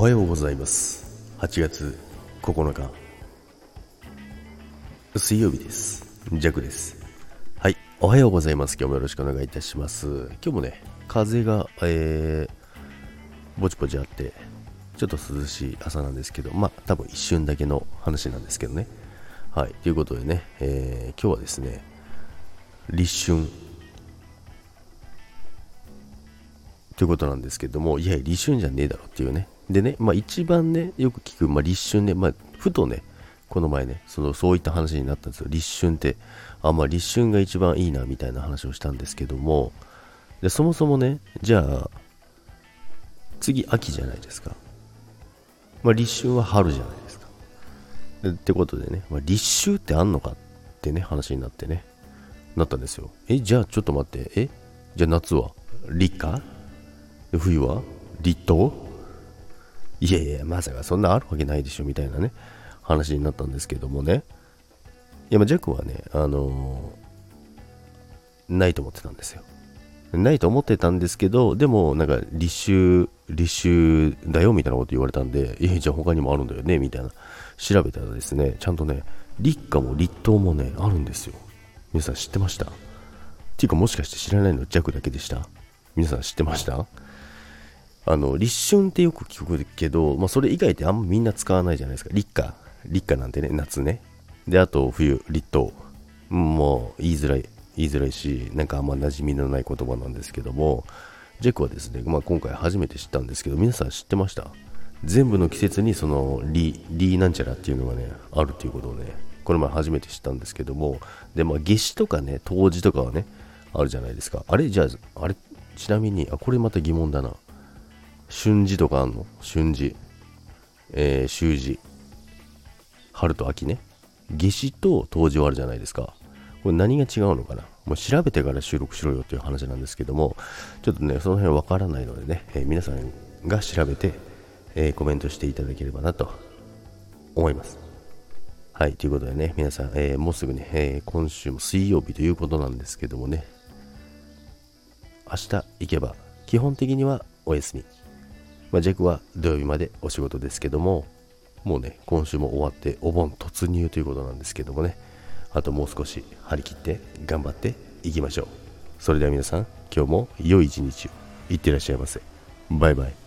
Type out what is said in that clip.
はようございます。8月9日水曜日です。ジャクです。はい、おはようございます。今日もよろしくお願いいたします。今日もね、風が、ぼちぼちあってちょっと涼しい朝なんですけど、多分一瞬だけの話なんですけどね。はい、ということでね、今日はですね、立春ということなんですけども、いや立春じゃねえだろっていうね。でね、一番ねよく聞く、立春ね、ふとねこの前ねそういった話になったんですよ。立春って立春が一番いいなみたいな話をしたんですけども、でそもそもね、じゃあ次秋じゃないですか。立春は春じゃないですか。ってことでね、立秋ってあんのかってね話になってね、なったんですよ。じゃあちょっと待って、じゃあ夏は立夏、冬は立冬、いやいやまさかそんなあるわけないでしょみたいなね話になったんですけどもね。いやジャックはねないと思ってたんですよ。ないと思ってたんですけど、でもなんか立秋だよみたいなこと言われたんで、じゃあ他にもあるんだよねみたいな調べたらですね、ちゃんとね立夏も立冬もねあるんですよ。皆さん知ってました？っていうか、もしかして知らないのジャックだけでした？皆さん知ってました？立春ってよく聞くけど、それ以外ってあんまみんな使わないじゃないですか。立夏なんてね、夏ね。で、あと冬、立冬。もう言いづらいし、なんかあんま馴染みのない言葉なんですけども、ジェックはですね、今回初めて知ったんですけど、皆さん知ってました？全部の季節にそのリなんちゃらっていうのがね、あるっていうことをね、この前初めて知ったんですけども、で、夏至とかね、冬至とかはね、あるじゃないですか。じゃあ、ちなみに、これまた疑問だな。春至とかあんの？春至、秋至、春と秋ね。夏至と冬至はあるじゃないですか。これ何が違うのかな？もう調べてから収録しろよっていう話なんですけども、ちょっとねその辺わからないのでね、皆さんが調べて、コメントしていただければなと思います。はい、ということでね、皆さん、もうすぐね、今週も水曜日ということなんですけどもね、明日行けば基本的にはお休み。ジャックは土曜日までお仕事ですけども、もうね今週も終わってお盆突入ということなんですけどもね、あともう少し張り切って頑張っていきましょう。それでは皆さん、今日も良い一日をいってらっしゃいませ。バイバイ。